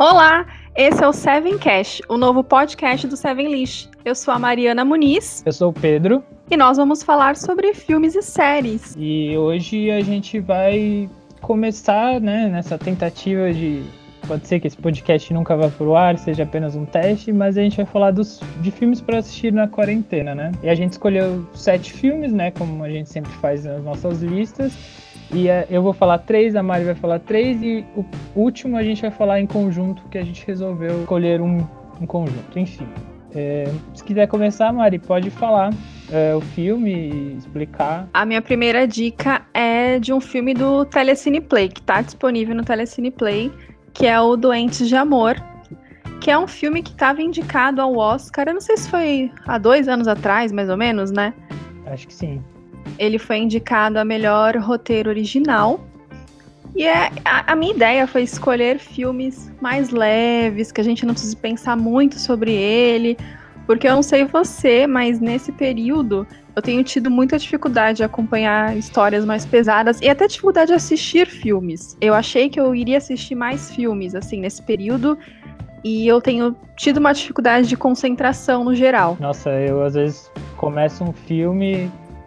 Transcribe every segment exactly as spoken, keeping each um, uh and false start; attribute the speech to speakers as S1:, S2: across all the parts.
S1: Olá, esse é o Seven Cast, o novo podcast do Seven List. Eu sou a Mariana Muniz.
S2: Eu sou o Pedro.
S1: E nós vamos falar sobre filmes e séries.
S2: E hoje a gente vai começar, né, nessa tentativa de... Pode ser que esse podcast nunca vá pro ar, seja apenas um teste, mas a gente vai falar dos, de filmes para assistir na quarentena, né? E a gente escolheu sete filmes, né, como a gente sempre faz nas nossas listas. E eu vou falar três, a Mari vai falar três, e o último a gente vai falar em conjunto, que a gente resolveu escolher um, um conjunto, enfim. É, se quiser começar, Mari, pode falar é, o filme e explicar.
S1: A minha primeira dica é de um filme do Telecine Play, que está disponível no Telecine Play, que é o Doentes de Amor, que é um filme que estava indicado ao Oscar, eu não sei se foi há dois anos atrás, mais ou menos, né?
S2: Acho que sim.
S1: Ele foi indicado a melhor roteiro original. E é, a, a minha ideia foi escolher filmes mais leves, que a gente não precisa pensar muito sobre ele, porque eu não sei você, mas nesse período eu tenho tido muita dificuldade de acompanhar histórias mais pesadas e até dificuldade de assistir filmes. Eu achei que eu iria assistir mais filmes, assim, nesse período, e eu tenho tido uma dificuldade de concentração no geral.
S2: Nossa, eu às vezes começo um filme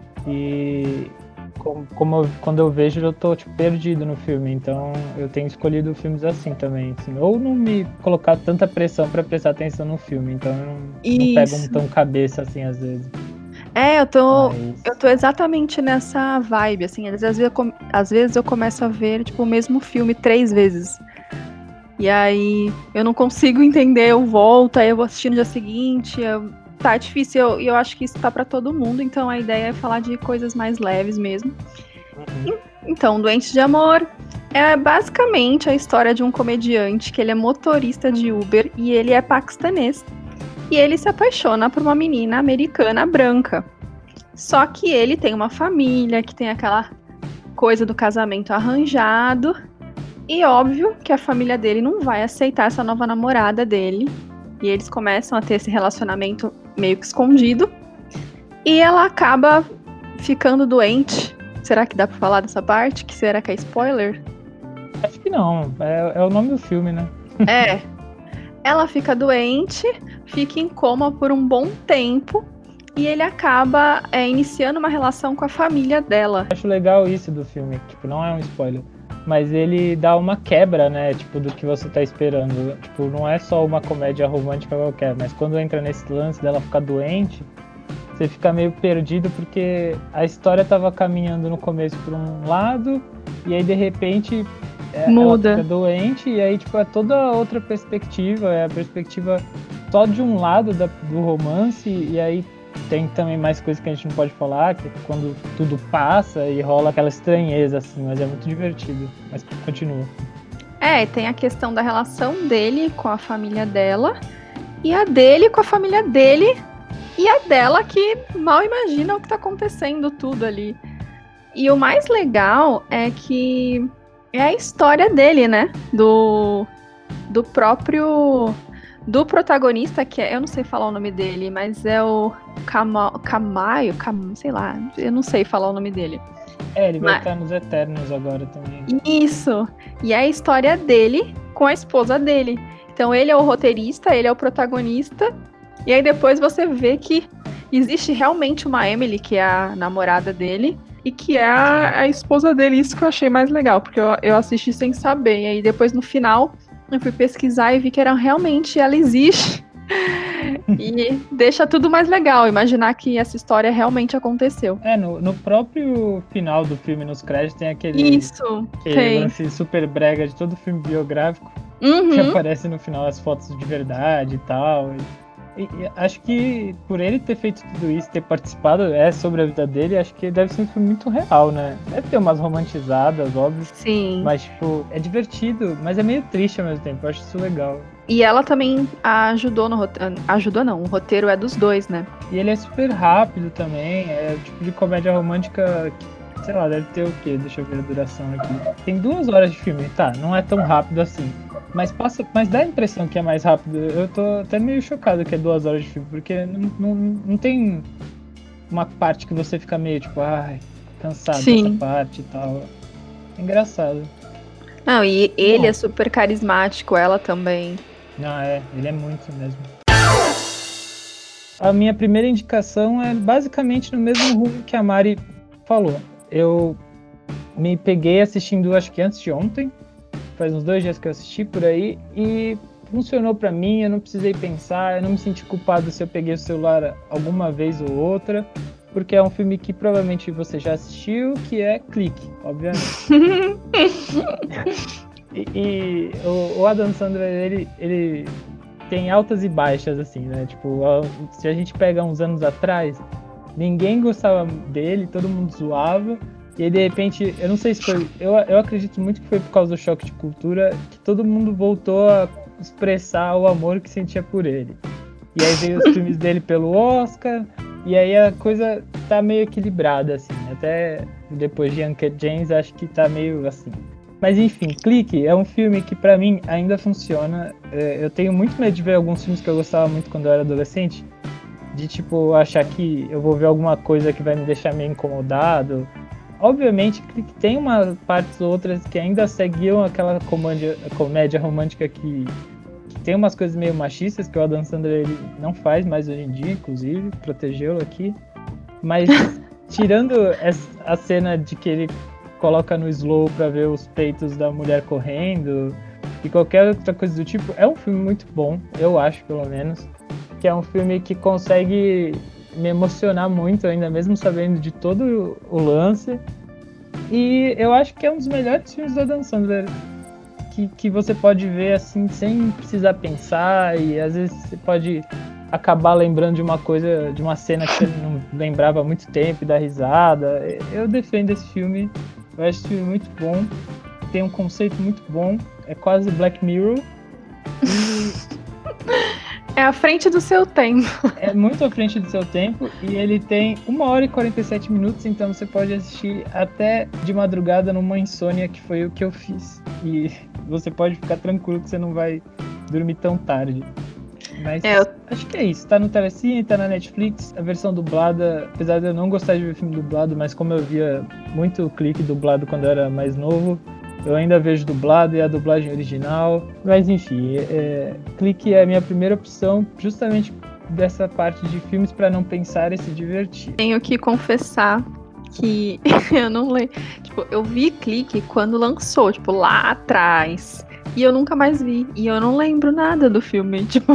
S2: e como, como eu, quando eu vejo eu tô tipo, perdido no filme, então eu tenho escolhido filmes assim também, assim, ou não me colocar tanta pressão pra prestar atenção no filme, então eu não, não pego um tão cabeça assim às vezes.
S1: É, eu tô,
S2: Mas...
S1: eu tô exatamente nessa vibe, assim, às vezes, eu, às vezes eu começo a ver, tipo, o mesmo filme três vezes. E aí eu não consigo entender, eu volto, aí eu vou assistir no dia seguinte, eu, tá difícil, e eu, eu acho que isso tá pra todo mundo, então a ideia é falar de coisas mais leves mesmo.
S2: Uhum.
S1: Então, Doentes de Amor é basicamente a história de um comediante que ele é motorista de Uber e ele é paquistanês. E ele se apaixona por uma menina americana branca. Só que ele tem uma família, que tem aquela coisa do casamento arranjado. E óbvio que a família dele não vai aceitar essa nova namorada dele. E eles começam a ter esse relacionamento meio que escondido. E ela acaba ficando doente. Será que dá pra falar dessa parte? Que será que é spoiler?
S2: Acho que não. É, é o nome do filme, né?
S1: É. Ela fica doente, fica em coma por um bom tempo e ele acaba é, iniciando uma relação com a família dela.
S2: Acho legal isso do filme, tipo, não é um spoiler, mas ele dá uma quebra, né, tipo, do que você tá esperando. Tipo, não é só uma comédia romântica qualquer, mas quando entra nesse lance dela ficar doente, você fica meio perdido porque a história tava caminhando no começo por um lado e aí de repente...
S1: Muda.
S2: Ela fica doente e aí tipo, é toda outra perspectiva, é a perspectiva só de um lado da, do romance, e aí tem também mais coisas que a gente não pode falar, que é quando tudo passa e rola aquela estranheza, assim, mas é muito divertido. Mas continua.
S1: É, tem a questão da relação dele com a família dela, e a dele com a família dele, e a dela que mal imagina o que tá acontecendo tudo ali. E o mais legal é que é a história dele, né? Do, do próprio... Do protagonista, que é... Eu não sei falar o nome dele, mas é o Cama, Camaio, Cam, sei lá. Eu não sei falar o nome dele.
S2: É, ele vai
S1: mas...
S2: estar nos Eternos agora também.
S1: Isso! E é a história dele com a esposa dele. Então ele é o roteirista, ele é o protagonista. E aí depois você vê que existe realmente uma Emily, que é a namorada dele, e que é a, a esposa dele. Isso que eu achei mais legal, porque eu, eu assisti sem saber. E aí depois no final eu fui pesquisar e vi que era realmente, ela existe. E deixa tudo mais legal, imaginar que essa história realmente aconteceu.
S2: É, no, no próprio final do filme, nos créditos, tem aquele,
S1: Isso,
S2: aquele
S1: tem.
S2: lance super brega de todo filme biográfico,
S1: Uhum.
S2: que aparece no final as fotos de verdade e tal. E... E, e acho que por ele ter feito tudo isso, ter participado é, sobre a vida dele, acho que deve ser um filme muito real, né? Deve ter umas romantizadas, óbvio.
S1: Sim.
S2: Mas, tipo, é divertido, mas é meio triste ao mesmo tempo. Eu acho isso legal.
S1: E ela também ajudou no roteiro. Ajudou não, o roteiro é dos dois, né?
S2: E ele é super rápido também. É o tipo de comédia romântica que, sei lá, deve ter o quê? Deixa eu ver a duração aqui. Tem duas horas de filme, tá? Não é tão rápido assim. Mas, passa, mas dá a impressão que é mais rápido. Eu tô até meio chocado que é duas horas de filme, porque não, não, não tem uma parte que você fica meio tipo, ai, cansado
S1: Sim.
S2: dessa parte e tal. É engraçado.
S1: Não, e ele
S2: Bom.
S1: é super carismático, ela também.
S2: Não, é, ele é muito mesmo. A minha primeira indicação é basicamente no mesmo rumo que a Mari falou. Eu me peguei assistindo, acho que antes de ontem, faz uns dois dias que eu assisti por aí, e funcionou pra mim, eu não precisei pensar, eu não me senti culpado se eu peguei o celular alguma vez ou outra, porque é um filme que provavelmente você já assistiu, que é Clique, obviamente. e e o, o Adam Sandler, ele, ele tem altas e baixas, assim, né? Tipo, se a gente pega uns anos atrás, ninguém gostava dele, todo mundo zoava, e aí de repente, eu não sei se foi, eu, eu acredito muito que foi por causa do choque de cultura, que todo mundo voltou a expressar o amor que sentia por ele. E aí veio os filmes dele pelo Oscar, e aí a coisa tá meio equilibrada, assim, até depois de Uncut Gems, acho que tá meio assim. Mas enfim, Clique é um filme que pra mim ainda funciona. Eu tenho muito medo de ver alguns filmes que eu gostava muito quando eu era adolescente, de tipo, achar que eu vou ver alguma coisa que vai me deixar meio incomodado. Obviamente, Clique tem uma partes ou outras que ainda seguiam aquela comédia, comédia romântica que, que tem umas coisas meio machistas, que o Adam Sandler ele não faz mais hoje em dia, inclusive, protegeu-lo aqui. Mas tirando a cena de que ele coloca no slow pra ver os peitos da mulher correndo e qualquer outra coisa do tipo, é um filme muito bom, eu acho, pelo menos, que é um filme que consegue me emocionar muito, ainda mesmo sabendo de todo o lance, e eu acho que é um dos melhores filmes do Adam Sandler que, que você pode ver assim, sem precisar pensar, e às vezes você pode acabar lembrando de uma coisa, de uma cena que você não lembrava há muito tempo e dar risada. Eu defendo esse filme. Eu acho esse filme muito bom, tem um conceito muito bom, é quase Black Mirror. E
S1: é à frente do seu tempo.
S2: É muito à frente do seu tempo, e ele tem uma hora e quarenta e sete minutos, então você pode assistir até de madrugada numa insônia, que foi o que eu fiz. E você pode ficar tranquilo que você não vai dormir tão tarde. Mas é, eu... acho que é isso. Tá no Telecine, tá na Netflix. A versão dublada, apesar de eu não gostar de ver filme dublado, mas como eu via muito Clique dublado quando eu era mais novo, eu ainda vejo dublado e a dublagem original. Mas enfim, é, Clique é a minha primeira opção, justamente dessa parte de filmes para não pensar e se divertir.
S1: Tenho que confessar que eu não lembro. Tipo, eu vi Clique quando lançou, tipo, lá atrás. E eu nunca mais vi. E eu não lembro nada do filme. Tipo,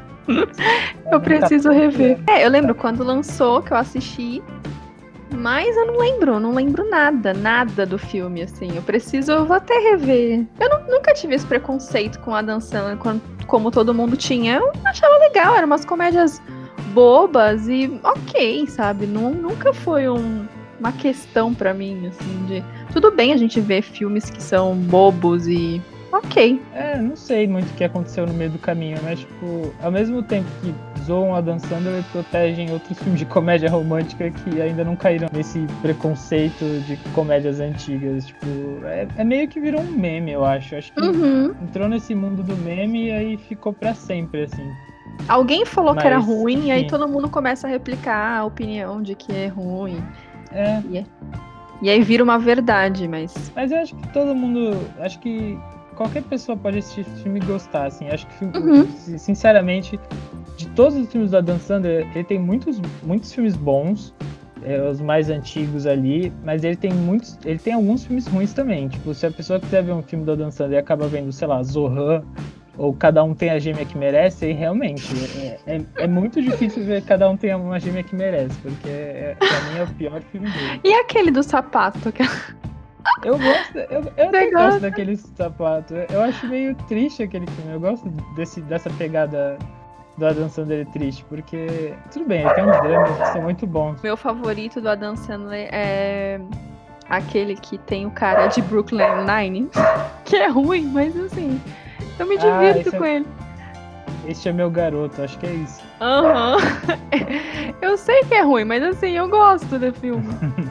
S1: eu preciso rever. É, eu lembro quando lançou, que eu assisti. Mas eu não lembro, eu não lembro nada, nada do filme, assim. Eu preciso, eu vou até rever. Eu não, nunca tive esse preconceito com a Dan Sandler, como todo mundo tinha. Eu achava legal, eram umas comédias bobas e ok, sabe? Não, nunca foi um, uma questão pra mim, assim, de... Tudo bem a gente ver filmes que são bobos e... ok.
S2: É, não sei muito o que aconteceu no meio do caminho, mas, tipo, ao mesmo tempo que zoam a Dan Sandler, protegem outros filmes de comédia romântica que ainda não caíram nesse preconceito de comédias antigas. Tipo, é, é meio que virou um meme, eu acho. Acho que
S1: uhum.
S2: entrou nesse mundo do meme e aí ficou pra sempre, assim.
S1: Alguém falou
S2: mas,
S1: que era ruim,
S2: enfim.
S1: E aí todo mundo começa a replicar a opinião de que é ruim.
S2: É.
S1: E, é... e aí vira uma verdade, mas...
S2: Mas eu acho que todo mundo... Acho que qualquer pessoa pode assistir esse filme e gostar, assim. Acho que,
S1: uhum.
S2: sinceramente, de todos os filmes do Adam Sandler, ele tem muitos, muitos filmes bons, é, os mais antigos ali, mas ele tem muitos, ele tem alguns filmes ruins também. Tipo, se a pessoa quiser ver um filme do Adam Sandler e acaba vendo, sei lá, Zohan, ou Cada Um Tem a Gêmea que Merece, aí realmente, é, é, é muito difícil ver Cada Um Tem uma Gêmea que Merece, porque é, pra mim é o pior filme dele.
S1: E aquele do sapato? Que...
S2: Eu gosto, eu, eu até gosto daquele sapato. Eu acho meio triste aquele filme. Eu gosto desse, dessa pegada do Adam Sandler triste, porque tudo bem, ele tem uns dramas que são muito bons.
S1: Meu favorito do Adam Sandler é aquele que tem o cara de Brooklyn Nine, que é ruim, mas assim, eu me divirto ah, com é... ele.
S2: Este é meu garoto, acho que é isso.
S1: Aham. Uhum. Eu sei que é ruim, mas assim, eu gosto do filme.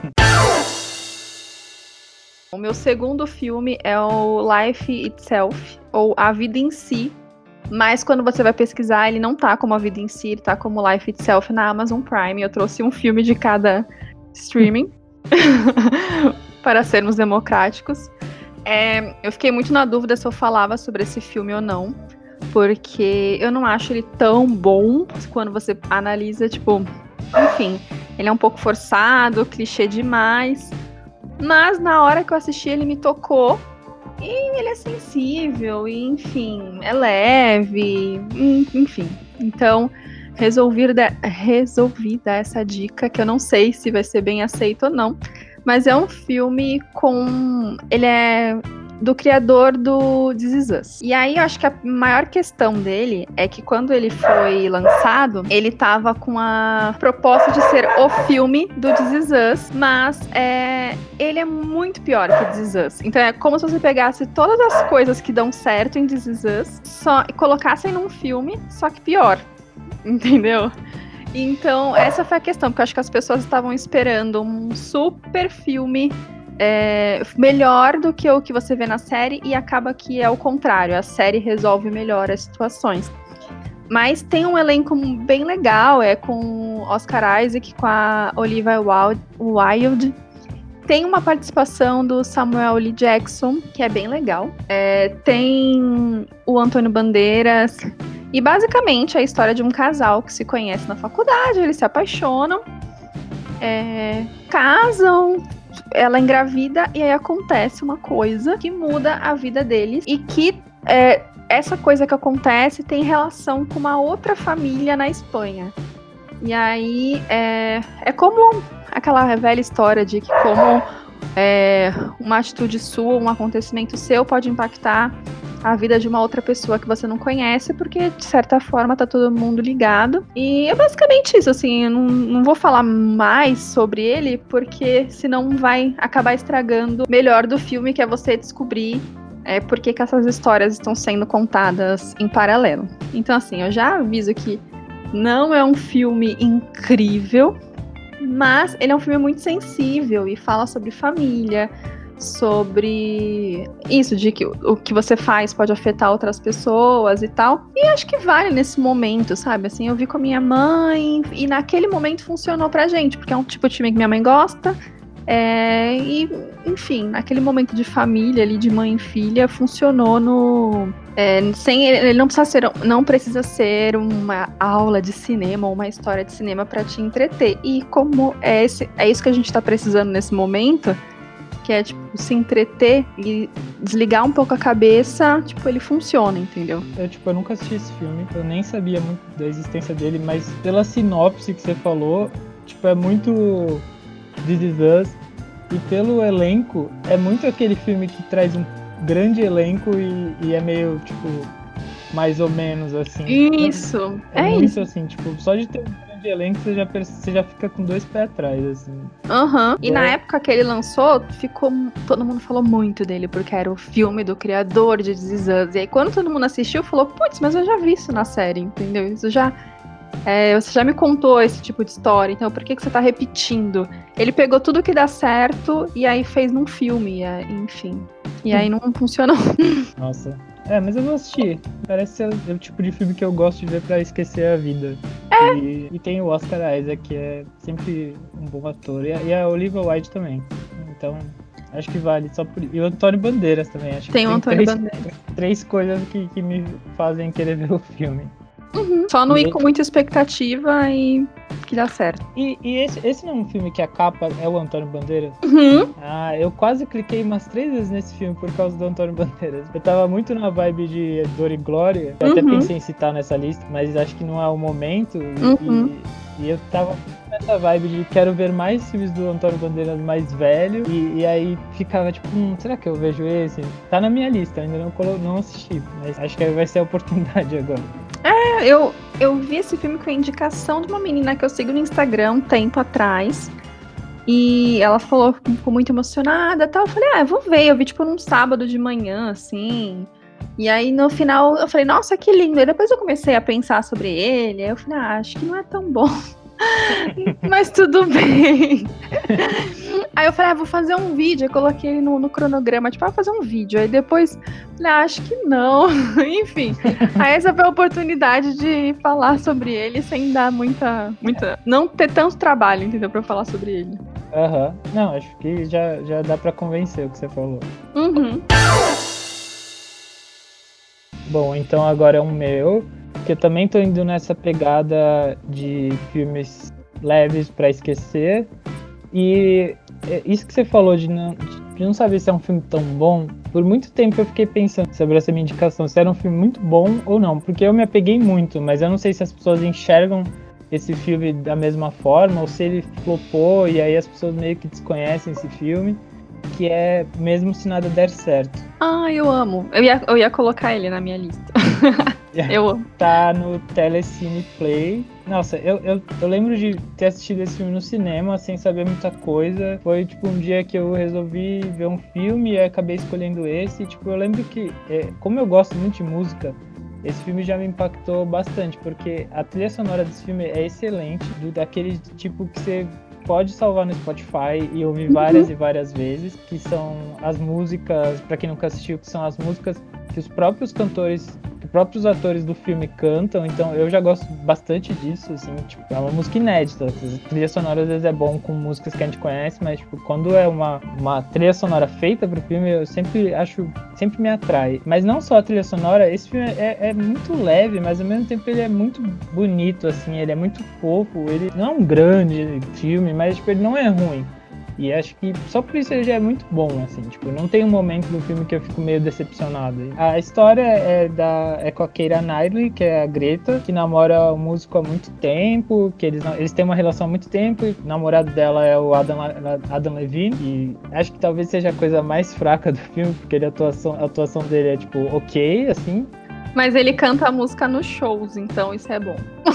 S1: O meu segundo filme é o Life Itself, ou A Vida em Si, mas quando você vai pesquisar, ele não tá como A Vida em Si, ele tá como Life Itself na Amazon Prime. Eu trouxe um filme de cada streaming, para sermos democráticos. É, eu fiquei muito na dúvida se eu falava sobre esse filme ou não, porque eu não acho ele tão bom quando você analisa, tipo, enfim, ele é um pouco forçado, clichê demais, mas na hora que eu assisti ele me tocou, e ele é sensível, e enfim, é leve, enfim, então resolvi, de, resolvi dar essa dica, que eu não sei se vai ser bem aceito ou não, mas é um filme com... Ele é do criador do This Is Us. E aí eu acho que a maior questão dele é que quando ele foi lançado, ele tava com a proposta de ser o filme do This Is Us, mas é, ele é muito pior que This Is Us. Então é como se você pegasse todas as coisas que dão certo em This Is Us só, e colocassem num filme, só que pior. Entendeu? Então, essa foi a questão, porque eu acho que as pessoas estavam esperando um super filme é, melhor do que o que você vê na série, e acaba que é o contrário, a série resolve melhor as situações. Mas tem um elenco bem legal, é com Oscar Isaac, com a Olivia Wilde. Tem uma participação do Samuel L. Jackson, que é bem legal. É, tem o Antônio Bandeiras. E basicamente é a história de um casal que se conhece na faculdade, eles se apaixonam, é, casam, ela engravida e aí acontece uma coisa que muda a vida deles e que é, essa coisa que acontece tem relação com uma outra família na Espanha. E aí é, é como aquela velha história de que como é, uma atitude sua, um acontecimento seu pode impactar a vida de uma outra pessoa que você não conhece, porque de certa forma tá todo mundo ligado. E é basicamente isso, assim, eu não, não vou falar mais sobre ele, porque senão vai acabar estragando o melhor do filme, que é você descobrir é, por que que essas histórias estão sendo contadas em paralelo. Então, assim, eu já aviso que não é um filme incrível, mas ele é um filme muito sensível e fala sobre família, sobre isso, de que o que você faz pode afetar outras pessoas e tal. E acho que vale nesse momento, sabe? Assim, eu vi com a minha mãe e naquele momento funcionou pra gente, porque é um tipo de filme que minha mãe gosta. É, e, enfim, naquele momento de família ali, de mãe e filha, funcionou no... É, sem, ele não precisa, ser, não precisa ser uma aula de cinema ou uma história de cinema pra te entreter. E como é, esse, é isso que a gente tá precisando nesse momento, que é, tipo, se entreter e desligar um pouco a cabeça, tipo, ele funciona, entendeu?
S2: Eu, tipo, eu nunca assisti esse filme, eu nem sabia muito da existência dele, mas pela sinopse que você falou, tipo, é muito This Is Us, e pelo elenco, é muito aquele filme que traz um grande elenco e, e é meio, tipo, mais ou menos, assim.
S1: Isso,
S2: é, é,
S1: é
S2: muito
S1: isso.
S2: assim, tipo, só de ter de elenco, você já, você já fica com dois pés atrás, assim.
S1: Aham. Uhum. E na época que ele lançou, ficou, todo mundo falou muito dele, porque era o filme do criador de This Is Us. E aí quando todo mundo assistiu, falou, putz, mas eu já vi isso na série, entendeu? Isso já... É, você já me contou esse tipo de história, então por que, que você tá repetindo? Ele pegou tudo que dá certo e aí fez num filme, enfim. E aí não funcionou.
S2: Nossa. É, mas eu vou assistir. Parece ser o tipo de filme que eu gosto de ver pra esquecer a vida.
S1: É.
S2: E, e tem o Oscar Isaac, que é sempre um bom ator. E a, e a Olivia Wilde também. Então, acho que vale só por... E o Antônio Bandeiras também. Acho
S1: tem
S2: que
S1: o
S2: tem
S1: Antônio
S2: três,
S1: Bandeiras.
S2: Três coisas que, que me fazem querer ver o filme.
S1: Uhum. Só não ir com muita expectativa e que dá certo.
S2: E, e esse, esse não é um filme que a capa é o Antônio Bandeiras?
S1: Uhum.
S2: Ah, eu quase cliquei umas três vezes nesse filme por causa do Antônio Bandeiras. Eu tava muito na vibe de Dor e Glória. Eu uhum. até pensei em citar nessa lista, mas acho que não é o momento.
S1: Uhum.
S2: E, e eu tava nessa vibe de quero ver mais filmes do Antônio Bandeiras mais velho. E, e aí ficava tipo, hum, será que eu vejo esse? Tá na minha lista, ainda não, colo- não assisti. Mas acho que vai ser a oportunidade agora.
S1: É, eu, eu vi esse filme com a indicação de uma menina que eu sigo no Instagram um tempo atrás. E ela falou, ficou muito emocionada e tal. Eu falei, ah, eu vou ver. Eu vi, tipo, num sábado de manhã, assim. E aí, no final, eu falei, nossa, que lindo. E depois eu comecei a pensar sobre ele. Aí eu falei, ah, acho que não é tão bom. Mas tudo bem. Aí eu falei, ah, vou fazer um vídeo. Eu coloquei ele no, no cronograma, tipo, ah, vou fazer um vídeo. Aí depois, falei, ah, acho que não. Enfim, aí essa foi a oportunidade de falar sobre ele sem dar muita, muita... Não ter tanto trabalho, entendeu? Pra falar sobre ele.
S2: Aham. Não, acho que já, já dá pra convencer o que você falou.
S1: Uhum.
S2: Bom, então agora é um meu, que eu também tô indo nessa pegada de filmes leves pra esquecer. E isso que você falou de não, de não saber se é um filme tão bom, por muito tempo eu fiquei pensando sobre essa minha indicação, se era um filme muito bom ou não, porque eu me apeguei muito, mas eu não sei se as pessoas enxergam esse filme da mesma forma, ou se ele flopou e aí as pessoas meio que desconhecem esse filme, que é Mesmo Se Nada Der Certo.
S1: Ah, eu amo. Eu ia, eu ia colocar ele na minha lista. Eu amo.
S2: Tá no Telecine Play. Nossa, eu, eu, eu lembro de ter assistido esse filme no cinema sem saber muita coisa. Foi tipo um dia que eu resolvi ver um filme e acabei escolhendo esse. Tipo, eu lembro que, é, como eu gosto muito de música, esse filme já me impactou bastante, porque a trilha sonora desse filme é excelente, do, daquele tipo que você pode salvar no Spotify e ouvir várias uhum. e várias vezes, que são as músicas, pra quem nunca assistiu, que são as músicas que os próprios cantores, que os próprios atores do filme cantam, então eu já gosto bastante disso, assim, tipo, é uma música inédita. A trilha sonora às vezes é bom com músicas que a gente conhece, mas tipo, quando é uma, uma trilha sonora feita pro filme, eu sempre acho, sempre me atrai. Mas não só a trilha sonora, esse filme é, é muito leve, mas ao mesmo tempo ele é muito bonito, assim, ele é muito fofo, ele não é um grande filme, mas tipo, ele não é ruim. E acho que só por isso ele já é muito bom, assim, tipo, não tem um momento do filme que eu fico meio decepcionado. A história é, da, é com a Keira Knightley, que é a Greta, que namora um músico há muito tempo, que eles, eles têm uma relação há muito tempo, e o namorado dela é o Adam, Adam Levine, e acho que talvez seja a coisa mais fraca do filme, porque ele, a, atuação, a atuação dele é, tipo, ok, assim.
S1: Mas ele canta a música nos shows, então isso é bom.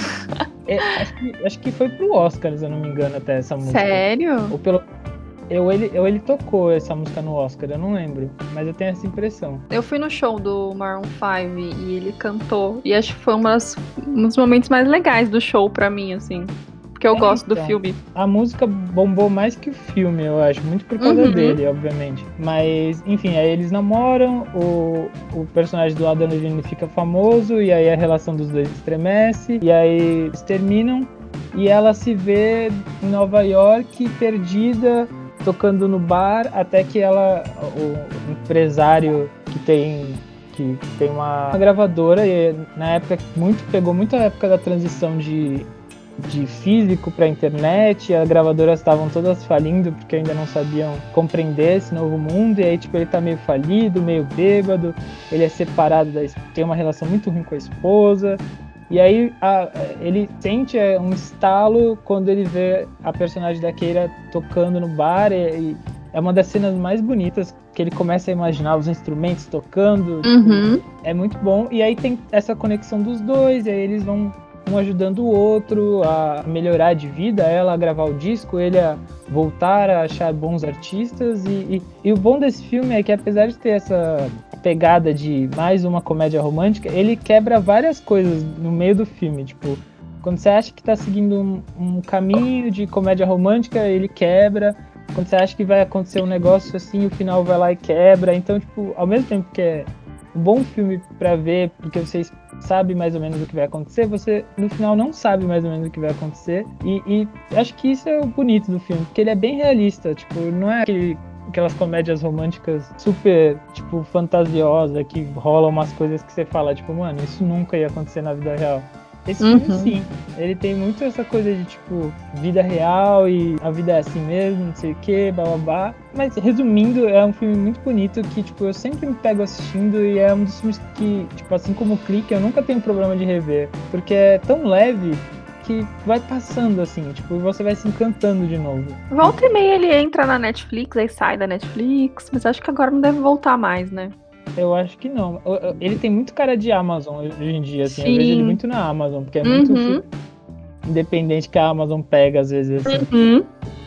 S2: É, acho, que, acho que foi pro Oscar, se eu não me engano, até essa música.
S1: Sério?
S2: Ou pelo... Eu ele, eu, ele tocou essa música no Oscar, eu não lembro, mas eu tenho essa impressão.
S1: Eu fui no show do Maroon five e ele cantou, e acho que foi umas, um dos momentos mais legais do show pra mim, assim, porque eu é, gosto então, do filme.
S2: A música bombou mais que o filme, eu acho, muito por causa uhum. dele, obviamente. Mas, enfim, aí eles namoram, o, o personagem do Adam Levine fica famoso, e aí a relação dos dois estremece, e aí eles terminam, e ela se vê em Nova York, perdida, tocando no bar, até que ela, o empresário que tem, que tem uma, uma gravadora, e na época muito, pegou muito a época da transição de, de físico para internet, e as gravadoras estavam todas falindo porque ainda não sabiam compreender esse novo mundo, e aí tipo, ele tá meio falido, meio bêbado, ele é separado, da, tem uma relação muito ruim com a esposa. E aí a, ele sente um estalo quando ele vê a personagem da Keira tocando no bar, e, e é uma das cenas mais bonitas, que ele começa a imaginar os instrumentos tocando,
S1: uhum.
S2: tipo, é muito bom, e aí tem essa conexão dos dois, e aí eles vão um ajudando o outro a melhorar de vida, ela a gravar o disco, ele a voltar a achar bons artistas, e, e, e o bom desse filme é que apesar de ter essa pegada de mais uma comédia romântica, ele quebra várias coisas no meio do filme, tipo, quando você acha que tá seguindo um, um caminho de comédia romântica, ele quebra, quando você acha que vai acontecer um negócio assim, o final vai lá e quebra, então, tipo, ao mesmo tempo que é um bom filme pra ver, porque vocês sabem mais ou menos o que vai acontecer, você no final não sabe mais ou menos o que vai acontecer, e, e acho que isso é o bonito do filme, porque ele é bem realista, tipo, não é aquele aquelas comédias românticas super, tipo, fantasiosa, que rolam umas coisas que você fala, tipo, mano, isso nunca ia acontecer na vida real. Esse
S1: uhum.
S2: filme, sim, ele tem muito essa coisa de, tipo, vida real e a vida é assim mesmo, não sei o que, bababá. Mas, resumindo, é um filme muito bonito que, tipo, eu sempre me pego assistindo, e é um dos filmes que, tipo, assim como o Clique, eu nunca tenho problema de rever, porque é tão leve que vai passando, assim, tipo, você vai se encantando de novo.
S1: Volta e meia ele entra na Netflix, aí sai da Netflix, mas acho que agora não deve voltar mais, né?
S2: Eu acho que não. Ele tem muito cara de Amazon hoje em dia, assim.
S1: Sim.
S2: Eu vejo ele muito na Amazon, porque é
S1: uhum.
S2: muito independente que a Amazon pega, às vezes, assim.
S1: Uhum.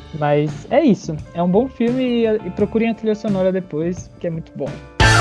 S2: Mas é isso. É um bom filme, e, e procurem a trilha sonora depois, que é muito bom.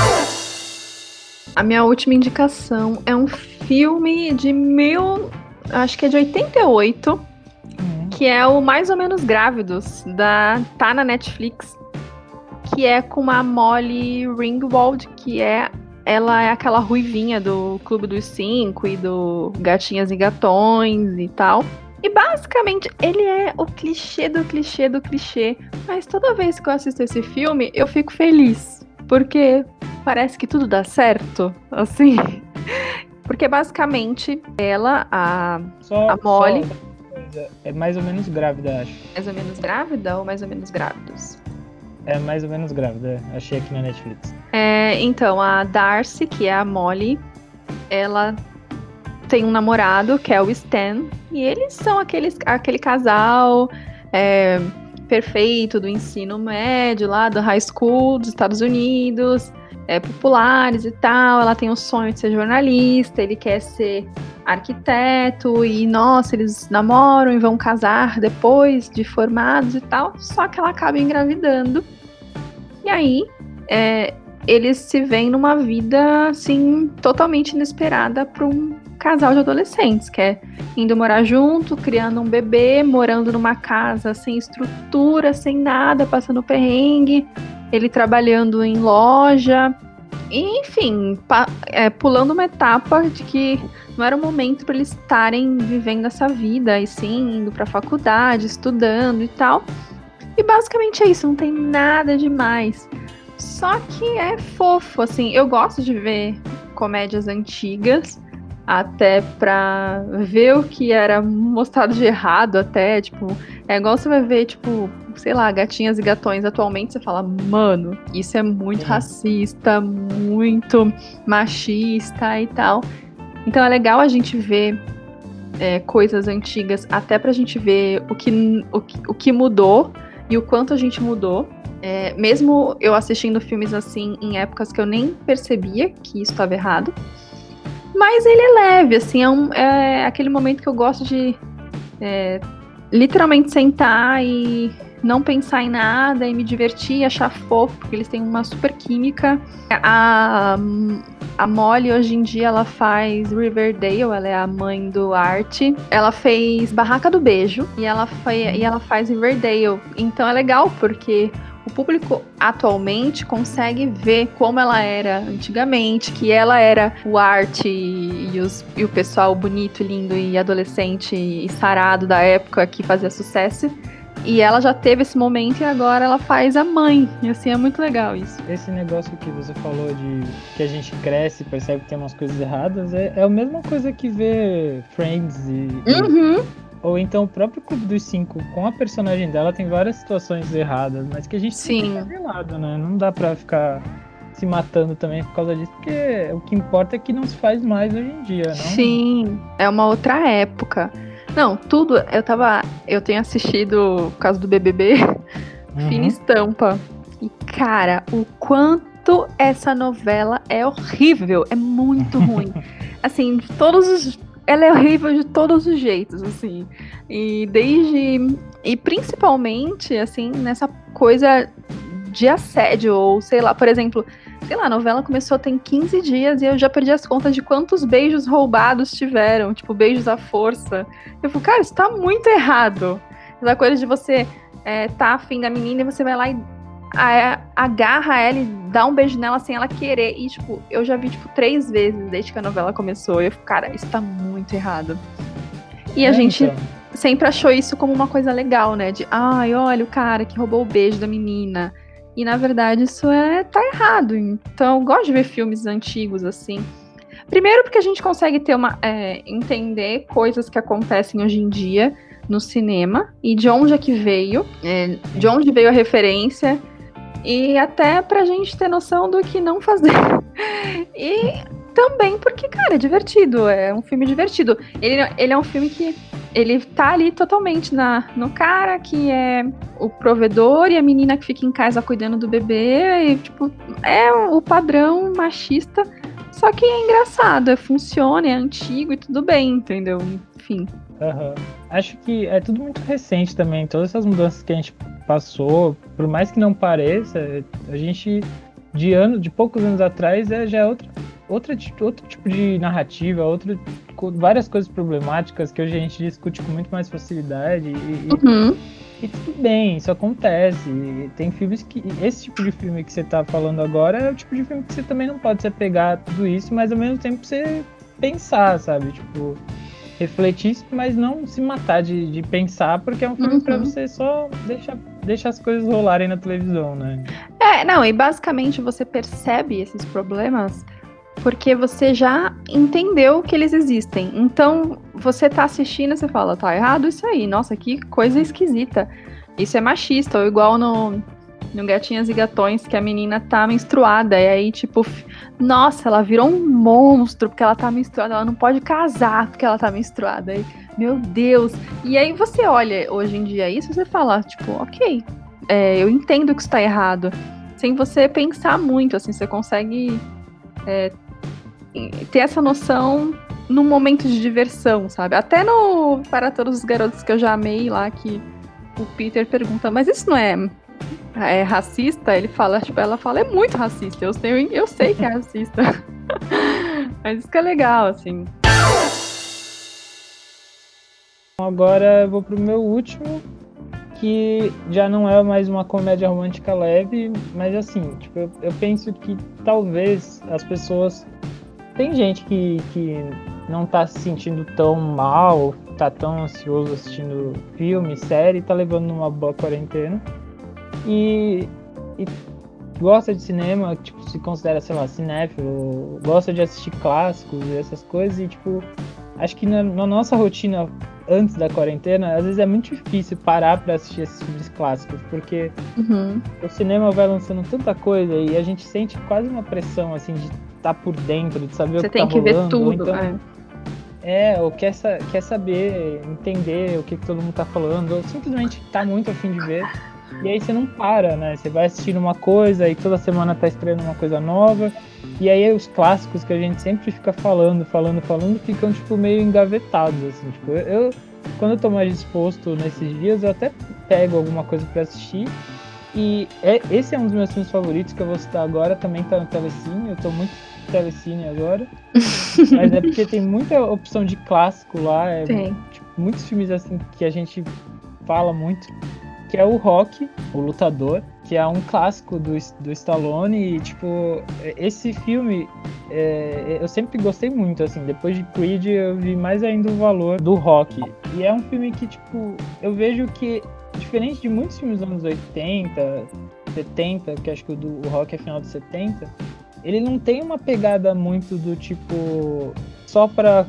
S1: A minha última indicação é um filme de mil... acho que é de oitenta e oito, uhum. que é o Mais ou Menos Grávidos, da, tá na Netflix, que é com a Molly Ringwald, que é, ela é aquela ruivinha do Clube dos Cinco e do Gatinhas e Gatões e tal. E basicamente, ele é o clichê do clichê do clichê. Mas toda vez que eu assisto esse filme, eu fico feliz. Porque parece que tudo dá certo, assim. Porque basicamente, ela, a,
S2: Só,
S1: a Molly...
S2: só coisa, é mais ou menos grávida, acho.
S1: Mais ou menos grávida ou mais ou menos grávidos?
S2: É mais ou menos grávida, achei aqui na Netflix.
S1: É, então, a Darcy, que é a Molly, ela tem um namorado, que é o Stan, e eles são aqueles, aquele casal é, perfeito do ensino médio, lá do high school dos Estados Unidos, é, populares e tal. Ela tem o sonho de ser jornalista, ele quer ser arquiteto, e nossa, eles namoram e vão casar depois de formados e tal, só que ela acaba engravidando. E aí, é, eles se veem numa vida, assim, totalmente inesperada para um casal de adolescentes, que é indo morar junto, criando um bebê, morando numa casa sem estrutura, sem nada, passando perrengue, ele trabalhando em loja, e, enfim, pa- é, pulando uma etapa de que não era o momento para eles estarem vivendo essa vida, e sim, indo para a faculdade, estudando e tal. E basicamente é isso, não tem nada demais. Só que é fofo, assim, eu gosto de ver comédias antigas, até pra ver o que era mostrado de errado, até, tipo, é igual você vai ver, tipo, sei lá, Gatinhas e Gatões atualmente, você fala, mano, isso é muito
S2: Sim.
S1: racista, muito machista e tal. Então é legal a gente ver é, coisas antigas, até pra gente ver o que, o, que- o que mudou e o quanto a gente mudou. É, mesmo eu assistindo filmes assim em épocas que eu nem percebia que isso estava errado. Mas ele é leve, assim, é, um, é aquele momento que eu gosto de é, literalmente sentar e não pensar em nada e me divertir e achar fofo, porque eles têm uma super química. A, a Molly, hoje em dia, ela faz Riverdale, ela é a mãe do Art. Ela fez Barraca do Beijo e ela, foi, e ela faz Riverdale. Então é legal, porque o público atualmente consegue ver como ela era antigamente, que ela era o Art e, e, os, e o pessoal bonito, lindo e adolescente e sarado da época que fazia sucesso. E ela já teve esse momento e agora ela faz a mãe. E assim, é muito legal isso.
S2: Esse negócio que você falou de que a gente cresce e percebe que tem umas coisas erradas, é, é a mesma coisa que ver Friends e,
S1: Uhum.
S2: e ou então o próprio Clube dos Cinco, com a personagem dela, tem várias situações erradas, mas que a gente tem que
S1: Sim.
S2: deixar de lado, né? Não dá pra ficar se matando também por causa disso, porque o que importa é que não se faz mais hoje em dia, não?
S1: Sim, é uma outra época. Não, tudo, eu tava, eu tenho assistido, por causa do B B B,
S2: Uhum.
S1: Fina Estampa. E, cara, o quanto essa novela é horrível, é muito ruim. Assim, de todos os... Ela é horrível de todos os jeitos, assim. E desde... E principalmente, assim, nessa coisa de assédio, ou sei lá, por exemplo... Sei lá, a novela começou tem quinze dias e eu já perdi as contas de quantos beijos roubados tiveram. Tipo, beijos à força. Eu falo, cara, isso tá muito errado. Essa coisa de você é, tá afim da menina e você vai lá e a, agarra ela e dá um beijo nela sem ela querer. E, tipo, eu já vi, tipo, três vezes desde que a novela começou. E eu fico, cara, isso tá muito errado. E a
S2: É,
S1: gente
S2: então.
S1: sempre achou isso como uma coisa legal, né? De, ai, olha o cara que roubou o beijo da menina. E, na verdade, isso é, tá errado. Então, eu gosto de ver filmes antigos, assim. Primeiro porque a gente consegue ter uma, é, entender coisas que acontecem hoje em dia no cinema. E de onde é que veio. É, de onde veio a referência. E até pra gente ter noção do que não fazer. E também porque, cara, é divertido. É um filme divertido. Ele, ele é um filme que... Ele tá ali totalmente na, no cara que é o provedor e a menina que fica em casa cuidando do bebê. E, tipo, é o padrão machista. Só que é engraçado, é, funciona, é antigo e tudo bem, entendeu? Enfim.
S2: Uhum. Acho que é tudo muito recente também. Todas essas mudanças que a gente passou, por mais que não pareça, a gente, de, ano, de poucos anos atrás, é, já é outra, outra, outro tipo de narrativa, outro, várias coisas problemáticas que hoje a gente discute com muito mais facilidade. E,
S1: Uhum.
S2: e, e tudo bem, isso acontece. E tem filmes que... Esse tipo de filme que você tá falando agora é o tipo de filme que você também não pode se apegar a tudo isso, mas ao mesmo tempo você pensar, sabe? Tipo... refletir, mas não se matar de, de pensar, porque é um filme
S1: Uhum.
S2: pra você só deixar, deixar as coisas rolarem na televisão, né?
S1: É, não, e basicamente você percebe esses problemas porque você já entendeu que eles existem. Então, você tá assistindo e você fala, tá errado isso aí, nossa, que coisa esquisita. Isso é machista, ou igual no, no Gatinhas e Gatões, que a menina tá menstruada, e aí, tipo, nossa, ela virou um monstro porque ela tá menstruada, ela não pode casar porque ela tá menstruada. E, meu Deus. E aí você olha hoje em dia isso e você fala, tipo, ok, é, eu entendo que isso tá errado. Sem você pensar muito, assim, você consegue é, ter essa noção num momento de diversão, sabe? Até no Para Todos os Garotos que eu já amei lá, que o Peter pergunta, mas isso não é, é racista? Ele fala, tipo, ela fala, é muito racista, eu sei, eu sei que é racista. Mas isso que é legal, assim.
S2: Agora eu vou pro meu último, que já não é mais uma comédia romântica leve, mas assim, tipo, eu, eu penso que talvez as pessoas... Tem gente que, que não tá se sentindo tão mal, tá tão ansioso assistindo filme, série, tá levando uma boa quarentena. E, e gosta de cinema, tipo, se considera, sei lá, cinéfilo, gosta de assistir clássicos e essas coisas. E, tipo, acho que na, na nossa rotina antes da quarentena, às vezes é muito difícil parar pra assistir esses filmes clássicos, porque
S1: Uhum.
S2: o cinema vai lançando tanta coisa e a gente sente quase uma pressão, assim, de estar por dentro, de saber
S1: Você
S2: o que
S1: tem
S2: tá
S1: que ver
S2: rolando.
S1: tudo.
S2: Então,
S1: é.
S2: é, ou quer, sa- quer saber, entender o que, que todo mundo tá falando, ou simplesmente tá muito a fim de ver. E aí você não para, né? Você vai assistindo uma coisa e toda semana tá estreando uma coisa nova. E aí os clássicos que a gente sempre fica falando, falando, falando, ficam, tipo, meio engavetados, assim. Tipo, eu, quando eu tô mais disposto nesses dias, eu até pego alguma coisa pra assistir. E é, esse é um dos meus filmes favoritos que eu vou citar agora, também tá no Telecine, eu tô muito Telecine agora. Mas é porque tem muita opção de clássico lá, é,
S1: Tem.
S2: tipo, muitos filmes assim que a gente fala muito, que é o Rocky, o Lutador, que é um clássico do, do Stallone. E, tipo, esse filme é, eu sempre gostei muito, assim, depois de Creed eu vi mais ainda o valor do Rocky. E é um filme que, tipo, eu vejo que, diferente de muitos filmes dos anos oitenta, setenta, que acho que o do o Rocky é final dos setenta, ele não tem uma pegada muito do tipo só pra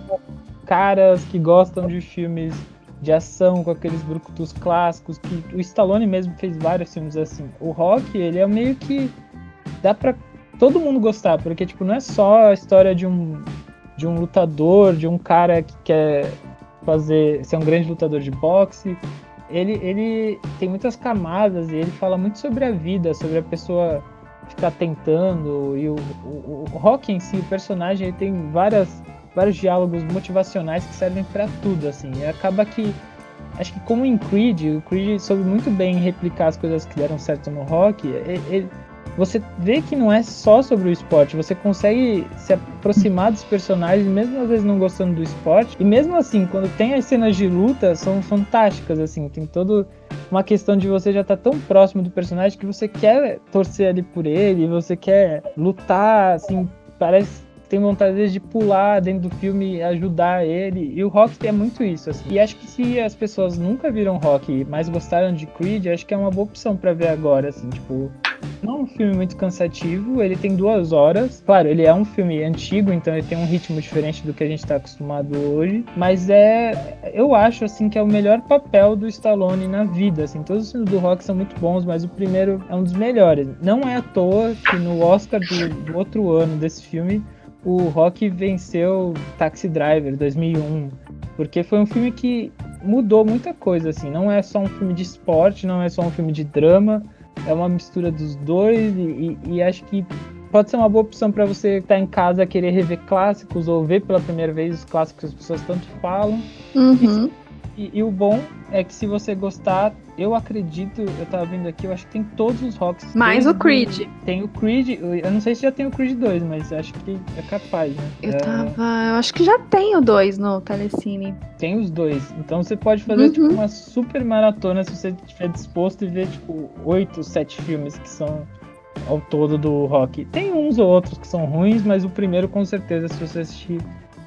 S2: caras que gostam de filmes de ação com aqueles brucutus clássicos, que o Stallone mesmo fez vários filmes assim. O Rocky, ele é meio que dá pra todo mundo gostar, porque tipo, não é só a história de um de um lutador, de um cara que quer fazer ser um grande lutador de boxe. Ele, ele tem muitas camadas e ele fala muito sobre a vida, sobre a pessoa ficar tentando. E o, o, o Rocky em si, o personagem, ele tem várias, vários diálogos motivacionais que servem pra tudo, assim. E acaba que, acho que como em Creed, o Creed soube muito bem replicar as coisas que deram certo no Rocky. Ele, ele, você vê que não é só sobre o esporte, você consegue se aproximar dos personagens, mesmo às vezes não gostando do esporte. E mesmo assim, quando tem as cenas de luta, são fantásticas, assim, tem toda uma questão de você já estar tá tão próximo do personagem que você quer torcer ali por ele, você quer lutar, assim, parece que tem vontade às vezes de pular dentro do filme e ajudar ele. E o Rocky é muito isso, assim. E acho que se as pessoas nunca viram Rocky, mas gostaram de Creed, acho que é uma boa opção pra ver agora, assim, tipo... Não é um filme muito cansativo, ele tem duas horas. Claro, ele é um filme antigo, então ele tem um ritmo diferente do que a gente está acostumado hoje. Mas é, eu acho assim que é o melhor papel do Stallone na vida. Assim, todos os filmes do Rocky são muito bons, mas o primeiro é um dos melhores. Não é à toa que no Oscar do, do outro ano desse filme, o Rocky venceu Taxi Driver dois mil e um, porque foi um filme que mudou muita coisa. Assim, não é só um filme de esporte, não é só um filme de drama. É uma mistura dos dois e, e, e acho que pode ser uma boa opção para você estar tá em casa, querer rever clássicos ou ver pela primeira vez os clássicos que as pessoas tanto falam.
S1: Uhum.
S2: E, e, e o bom é que se você gostar, eu acredito, eu tava vendo aqui, eu acho que tem todos os Rocks.
S1: Mais o Creed.
S2: Do, tem o Creed, eu não sei se já tem o Creed dois, mas acho que é capaz, né?
S1: Eu
S2: é,
S1: tava. Eu acho que já tem o dois no Telecine.
S2: Tem os dois. Então você pode fazer
S1: Uhum.
S2: tipo uma super maratona se você estiver disposto e ver tipo oito, sete filmes que são ao todo do Rocky. Tem uns ou outros que são ruins, mas o primeiro com certeza, se você assistir,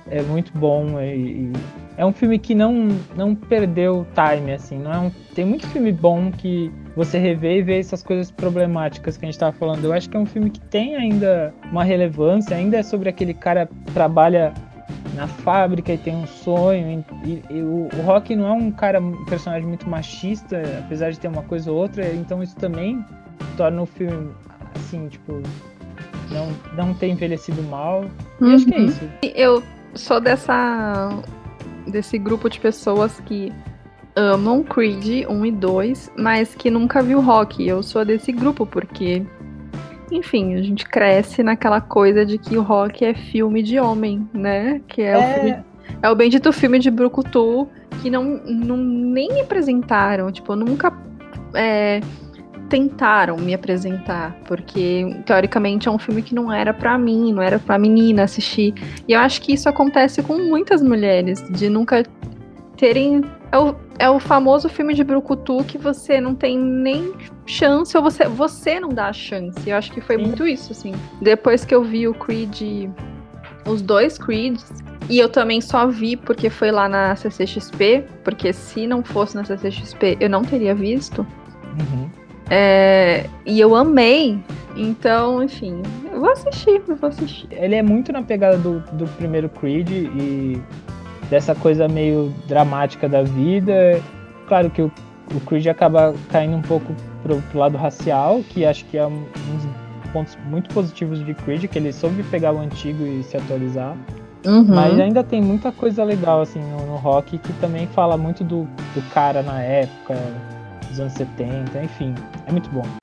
S2: é muito bom e, e é um filme que não, não perdeu o time, assim, não é um, tem muito filme bom que você revê e vê essas coisas problemáticas que a gente tava falando. Eu acho que é um filme que tem ainda uma relevância, ainda é sobre aquele cara que trabalha na fábrica e tem um sonho, e, e o, o Rocky não é um cara, um personagem muito machista, apesar de ter uma coisa ou outra, então isso também torna o filme, assim, tipo, não, não ter envelhecido mal, e
S1: Uhum.
S2: acho que é isso.
S1: Eu sou dessa, desse grupo de pessoas que amam Creed um e dois, mas que nunca viu Rocky. Eu sou desse grupo porque, enfim, a gente cresce naquela coisa de que o Rocky é filme de homem, né? Que é, é... o filme, é o bendito filme de brucutu que não, não nem me apresentaram, tipo, nunca é, tentaram me apresentar, porque teoricamente é um filme que não era pra mim, não era pra menina assistir. E eu acho que isso acontece com muitas mulheres, de nunca terem... É o, é o famoso filme de brucutu que você não tem nem chance, ou você, você não dá a chance. Eu acho que foi Sim. muito isso, assim. Depois que eu vi o Creed, os dois Creeds, e eu também só vi porque foi lá na C C X P, porque se não fosse na C C X P eu não teria visto.
S2: Uhum.
S1: É, e eu amei. Então, enfim, eu vou assistir, eu vou assistir.
S2: Ele é muito na pegada do, do primeiro Creed e dessa coisa meio dramática da vida. Claro que o, o Creed acaba caindo um pouco pro, pro lado racial, que acho que é um, um dos pontos muito positivos de Creed, que ele soube pegar o antigo e se atualizar.
S1: Uhum.
S2: Mas ainda tem muita coisa legal assim no, no Rocky, que também fala muito do, do cara na época, dos anos setenta, enfim, é muito bom.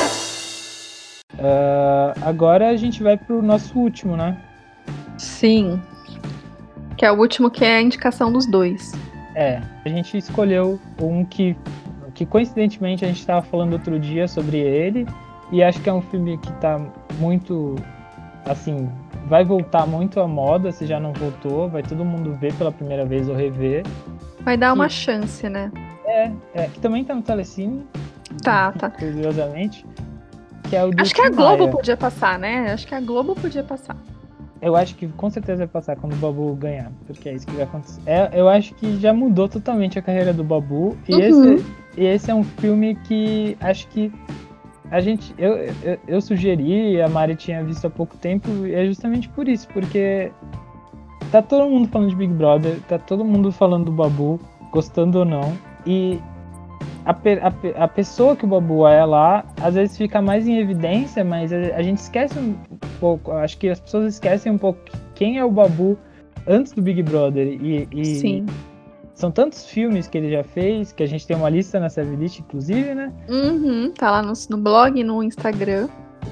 S2: Uh, agora a gente vai pro nosso último, né?
S1: Sim. Que é o último, que é a indicação dos dois.
S2: É, a gente escolheu um que, que coincidentemente a gente estava falando outro dia sobre ele, e acho que é um filme que tá muito, assim, vai voltar muito à moda, se já não voltou, vai todo mundo ver pela primeira vez ou rever.
S1: Vai dar uma
S2: que,
S1: chance, né?
S2: É, é, que também tá no Telecine.
S1: Tá, tá.
S2: Curiosamente. Que é o do
S1: Acho que a
S2: Tim
S1: Globo
S2: Maia.
S1: podia passar, né? Acho que a Globo podia passar.
S2: Eu acho que com certeza vai passar quando o Babu ganhar, porque é isso que vai acontecer. É, eu acho que já mudou totalmente a carreira do Babu, e,
S1: Uhum.
S2: esse, e esse é um filme que acho que a gente, eu, eu, eu sugeri, a Mari tinha visto há pouco tempo, e é justamente por isso, porque tá todo mundo falando de Big Brother, tá todo mundo falando do Babu, gostando ou não, e A, a, a pessoa que o Babu é lá, às vezes fica mais em evidência, mas a, a gente esquece um pouco, acho que as pessoas esquecem um pouco quem é o Babu antes do Big Brother, e, e
S1: Sim.
S2: São tantos filmes que ele já fez, que a gente tem uma lista na Sevilist, inclusive, né?
S1: Uhum, tá lá no, no blog, no Instagram.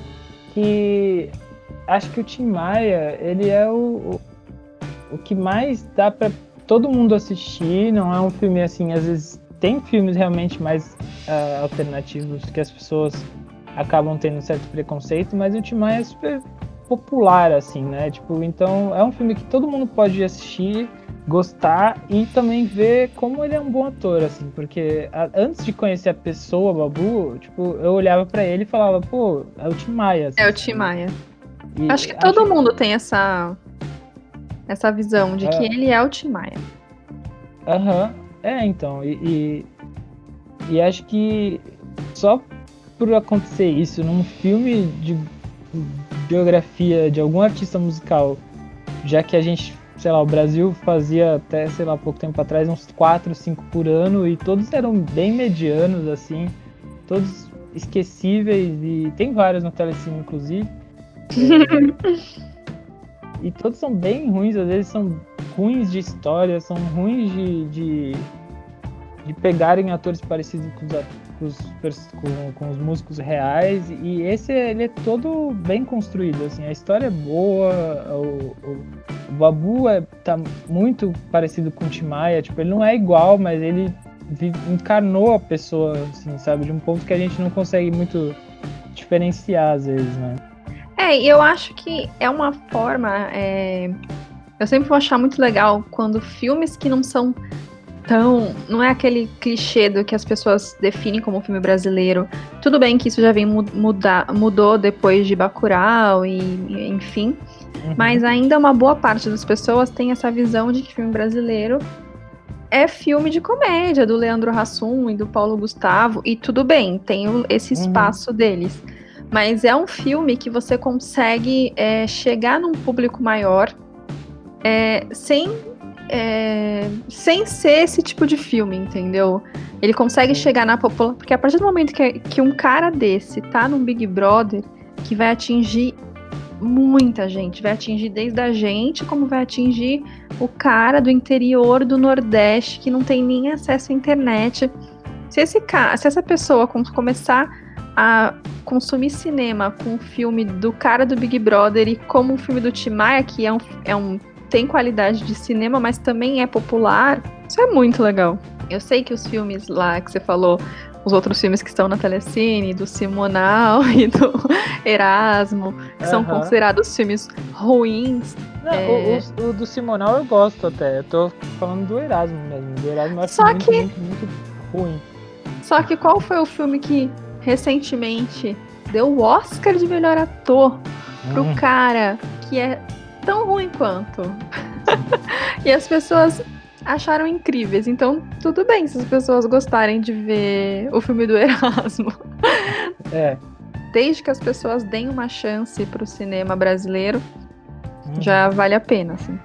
S2: Que acho que o Tim Maia, ele é o, o, o que mais dá pra todo mundo assistir, não é um filme assim, às vezes tem filmes realmente mais uh, alternativos que as pessoas acabam tendo um certo preconceito, mas o Tim Maia é super popular, assim, né? Tipo, então é um filme que todo mundo pode assistir, gostar e também ver como ele é um bom ator, assim, porque a, antes de conhecer a pessoa, Babu, tipo, eu olhava pra ele e falava, pô, é o Tim Maia. Assim,
S1: é o Tim Maia.
S2: E
S1: acho que todo
S2: acho...
S1: mundo tem essa, essa visão de
S2: é.
S1: que ele é o Tim Maia.
S2: Aham. Uhum. É, então, e, e, e acho que só por acontecer isso num filme de biografia de algum artista musical, já que a gente, sei lá, o Brasil fazia até, sei lá, pouco tempo atrás, uns quatro, cinco por ano, e todos eram bem medianos, assim, todos esquecíveis, e tem vários no Telecine, inclusive. É, e todos são bem ruins, às vezes são ruins de história, são ruins de, de, de pegarem atores parecidos com os, com, os, com, com os músicos reais, e esse ele é todo bem construído, assim, a história é boa, o, o, o Babu é, tá muito parecido com o Tim Maia, tipo, ele não é igual, mas ele vive, encarnou a pessoa, assim, sabe, de um ponto que a gente não consegue muito diferenciar às vezes, né?
S1: É, e eu acho que é uma forma... É... Eu sempre vou achar muito legal quando filmes que não são tão... Não é aquele clichê do que as pessoas definem como filme brasileiro. Tudo bem que isso já vem mudar, mudou depois de Bacurau e, e enfim. Uhum. Mas ainda uma boa parte das pessoas tem essa visão de que filme brasileiro é filme de comédia, do Leandro Hassum e do Paulo Gustavo. E tudo bem, tem esse espaço uhum. deles. Mas é um filme que você consegue é, chegar num público maior é, sem, é, sem ser esse tipo de filme, entendeu? Ele consegue Sim. chegar na população... Porque a partir do momento que, que um cara desse tá num Big Brother, que vai atingir muita gente, vai atingir desde a gente, como vai atingir o cara do interior do Nordeste, que não tem nem acesso à internet. Se, esse cara, se essa pessoa começar a consumir cinema com o filme do cara do Big Brother e como o filme do Tim Maia, que é um, é um, tem qualidade de cinema, mas também é popular, isso é muito legal. Eu sei que os filmes lá que você falou, os outros filmes que estão na Telecine, do Simonal e do Erasmo, que uhum. são considerados filmes ruins.
S2: Não, é... o, o, o do Simonal eu gosto até, eu tô falando do Erasmo mesmo. Do Erasmo eu acho
S1: Só
S2: muito,
S1: que...
S2: muito, muito ruim.
S1: Só que qual foi o filme que recentemente deu o Oscar de melhor ator pro hum. cara que é tão ruim quanto? E as pessoas acharam incríveis. Então, tudo bem se as pessoas gostarem de ver o filme do Erasmo.
S2: É.
S1: Desde que as pessoas deem uma chance pro cinema brasileiro,
S2: hum.
S1: já vale a pena, assim.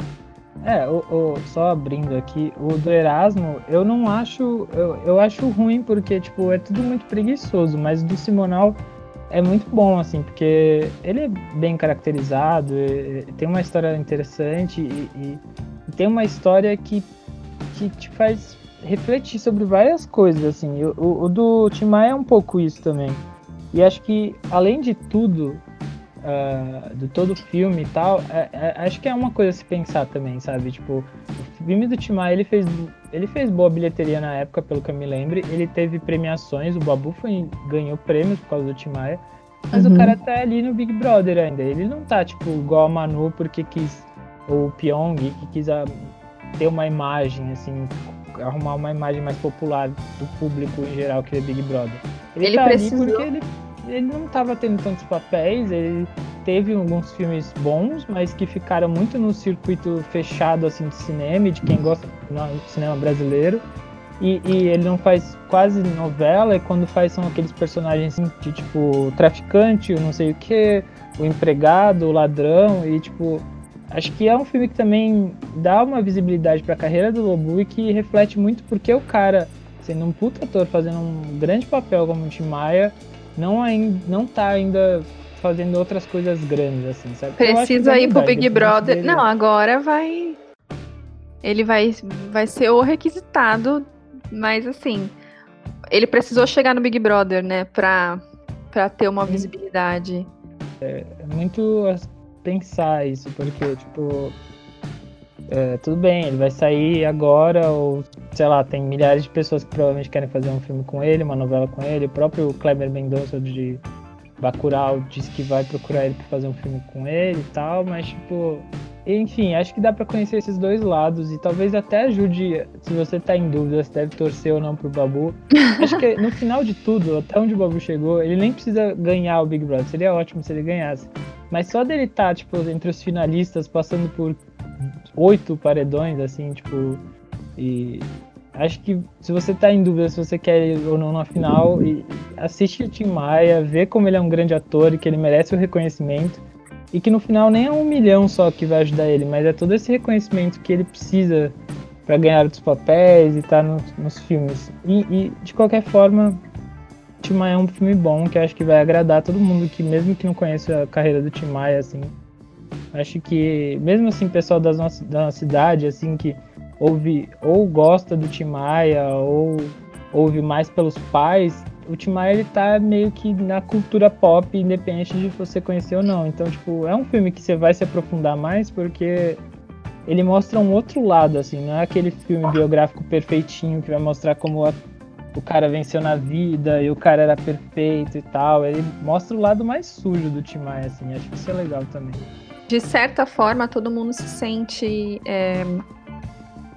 S2: É, o, o, só abrindo aqui, o do Erasmo, eu não acho, eu, eu acho ruim porque, tipo, é tudo muito preguiçoso, mas o do Simonal é muito bom, assim, porque ele é bem caracterizado, tem uma história interessante e, e, e tem uma história que, que te faz refletir sobre várias coisas, assim. O, o do Tim Maia é um pouco isso também. E acho que, além de tudo... Uh, do todo o filme e tal, é, é, acho que é uma coisa a se pensar também, sabe? Tipo, o filme do Tim Maia, ele fez, ele fez boa bilheteria na época, pelo que eu me lembro. Ele teve premiações, o Babu foi, ganhou prêmios por causa do Tim Maia. Mas uhum. o cara tá ali no Big Brother ainda. Ele não tá, tipo, igual a Manu porque quis, ou o Pyong, que quis a, ter uma imagem, assim, arrumar uma imagem mais popular do público em geral que é Big Brother. Ele,
S1: ele
S2: tá
S1: precisou...
S2: ali porque ele... Ele não estava tendo tantos papéis, ele teve alguns filmes bons, mas que ficaram muito no circuito fechado assim, de cinema e de quem gosta do cinema brasileiro. E, e ele não faz quase novela, e quando faz são aqueles personagens assim, de tipo traficante, o não sei o que, o empregado, o ladrão, e tipo... Acho que é um filme que também dá uma visibilidade para a carreira do Lobu e que reflete muito porque o cara, sendo um puta ator, fazendo um grande papel como o Tim Maia, não, ainda, não tá ainda fazendo outras coisas grandes, assim, sabe?
S1: Precisa ir pro Big Brother. Dele... Não, agora vai... Ele vai, vai ser o requisitado, mas assim... Ele precisou chegar no Big Brother, né? Pra, pra ter uma visibilidade.
S2: É, é muito pensar isso, porque, tipo... É, tudo bem, ele vai sair agora, ou sei lá, tem milhares de pessoas que provavelmente querem fazer um filme com ele, uma novela com ele. O próprio Kleber Mendonça de Bacurau disse que vai procurar ele pra fazer um filme com ele e tal, mas tipo, enfim, acho que dá pra conhecer esses dois lados e talvez até ajude, se você tá em dúvida se deve torcer ou não pro Babu. Acho que no final de tudo, até onde o Babu chegou, ele nem precisa ganhar o Big Brother, seria ótimo se ele ganhasse, mas só dele estar, tipo, entre os finalistas, passando por oito paredões, assim, tipo, e acho que se você tá em dúvida se você quer ir ou não na final, e assiste o Tim Maia, vê como ele é um grande ator e que ele merece o reconhecimento, e que no final nem é um milhão só que vai ajudar ele, mas é todo esse reconhecimento que ele precisa para ganhar outros papéis e estar tá no, nos filmes. E, e, de qualquer forma, Tim Maia é um filme bom, que acho que vai agradar todo mundo, que mesmo que não conheça a carreira do Tim Maia, assim, acho que, mesmo assim, pessoal das nossa, da nossa cidade, assim, que ouve ou gosta do Tim Maia ou ouve mais pelos pais, o Tim Maia, ele tá meio que na cultura pop, independente de você conhecer ou não. Então, tipo, é um filme que você vai se aprofundar mais porque ele mostra um outro lado, assim, não é aquele filme biográfico perfeitinho que vai mostrar como a, o cara venceu na vida e o cara era perfeito e tal. Ele mostra o lado mais sujo do Tim Maia, assim, acho que isso é legal também.
S1: De certa forma, todo mundo se sente é,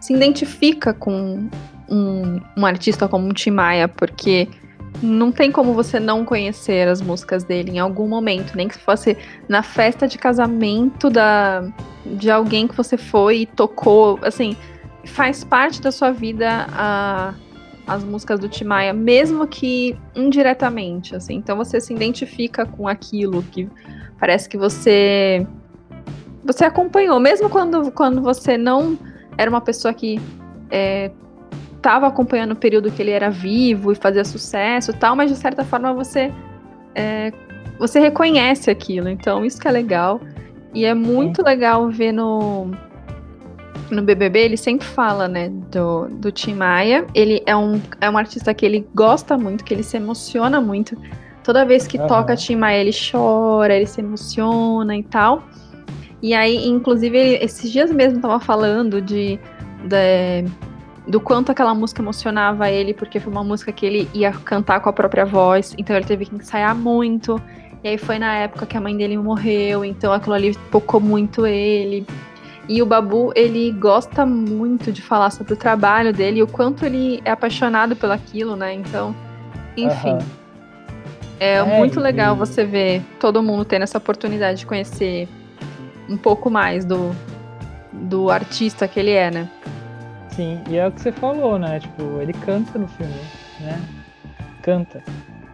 S1: se identifica com um, um artista como o Tim Maia, porque não tem como você não conhecer as músicas dele em algum momento, nem que fosse na festa de casamento da, de alguém que você foi e tocou, assim, faz parte da sua vida a, as músicas do Tim Maia, mesmo que indiretamente, assim, então você se identifica com aquilo que parece que você você acompanhou, mesmo quando, quando você não era uma pessoa que é, estava acompanhando o período que ele era vivo e fazia sucesso e tal, mas de certa forma você, é, você reconhece aquilo, então isso que é legal. E é muito Sim. legal ver no, no B B B, ele sempre fala, né, do, do Tim Maia. Ele é um, é um artista que ele gosta muito, que ele se emociona muito. Toda vez que uhum. toca Tim Maia, ele chora, ele se emociona e tal. E aí, inclusive, ele, esses dias mesmo tava falando de... de do quanto aquela música emocionava ele, porque foi uma música que ele ia cantar com a própria voz, então ele teve que ensaiar muito, e aí foi na época que a mãe dele morreu, então aquilo ali tocou muito ele. E o Babu, ele gosta muito de falar sobre o trabalho dele, e o quanto ele é apaixonado pelo aquilo, né, então, enfim. Uhum. É, é muito e... legal você ver todo mundo tendo essa oportunidade de conhecer um pouco mais do, do artista que ele é, né.
S2: Sim, e é o que você falou, né? Tipo, ele canta no filme, né? Canta.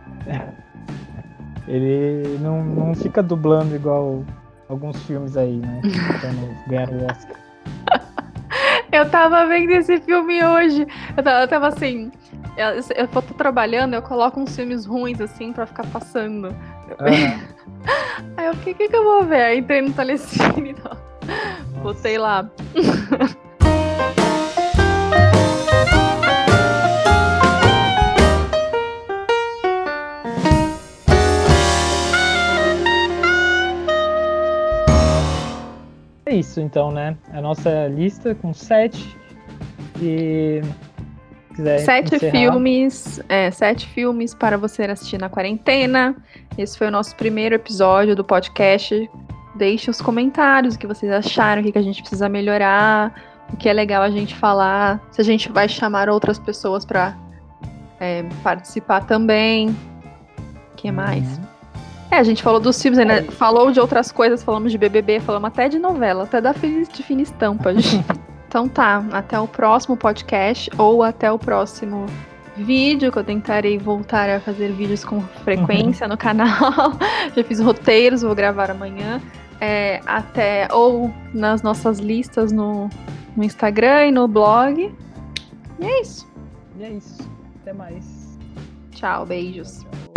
S2: Ele não, não fica dublando igual alguns filmes aí, né? Tentando ganhar o Oscar.
S1: Eu tava vendo esse filme hoje. Eu tava, eu tava assim. Eu, eu tô trabalhando, eu coloco uns filmes ruins assim pra ficar passando. Uhum. Aí eu, o que, que que eu vou ver? Aí entrei no Telecine e tal. Botei lá.
S2: É isso então, né? A nossa lista com sete e quiser
S1: sete
S2: encerrar.
S1: filmes, é, sete filmes para você assistir na quarentena. Esse foi o nosso primeiro episódio do podcast. Deixe os comentários, o que vocês acharam, o que a gente precisa melhorar, o que é legal a gente falar, se a gente vai chamar outras pessoas para é, participar também. O que mais? Uhum. É, a gente falou dos filmes, né? É. Falou de outras coisas, falamos de B B B, falamos até de novela, até da de Fina Estampa. Então tá, até o próximo podcast ou até o próximo vídeo, que eu tentarei voltar a fazer vídeos com frequência no canal. Já fiz roteiros, vou gravar amanhã. É, até, ou nas nossas listas no, no Instagram e no blog. E é isso.
S2: E é isso. Até mais.
S1: Tchau, beijos.
S2: Tchau, tchau.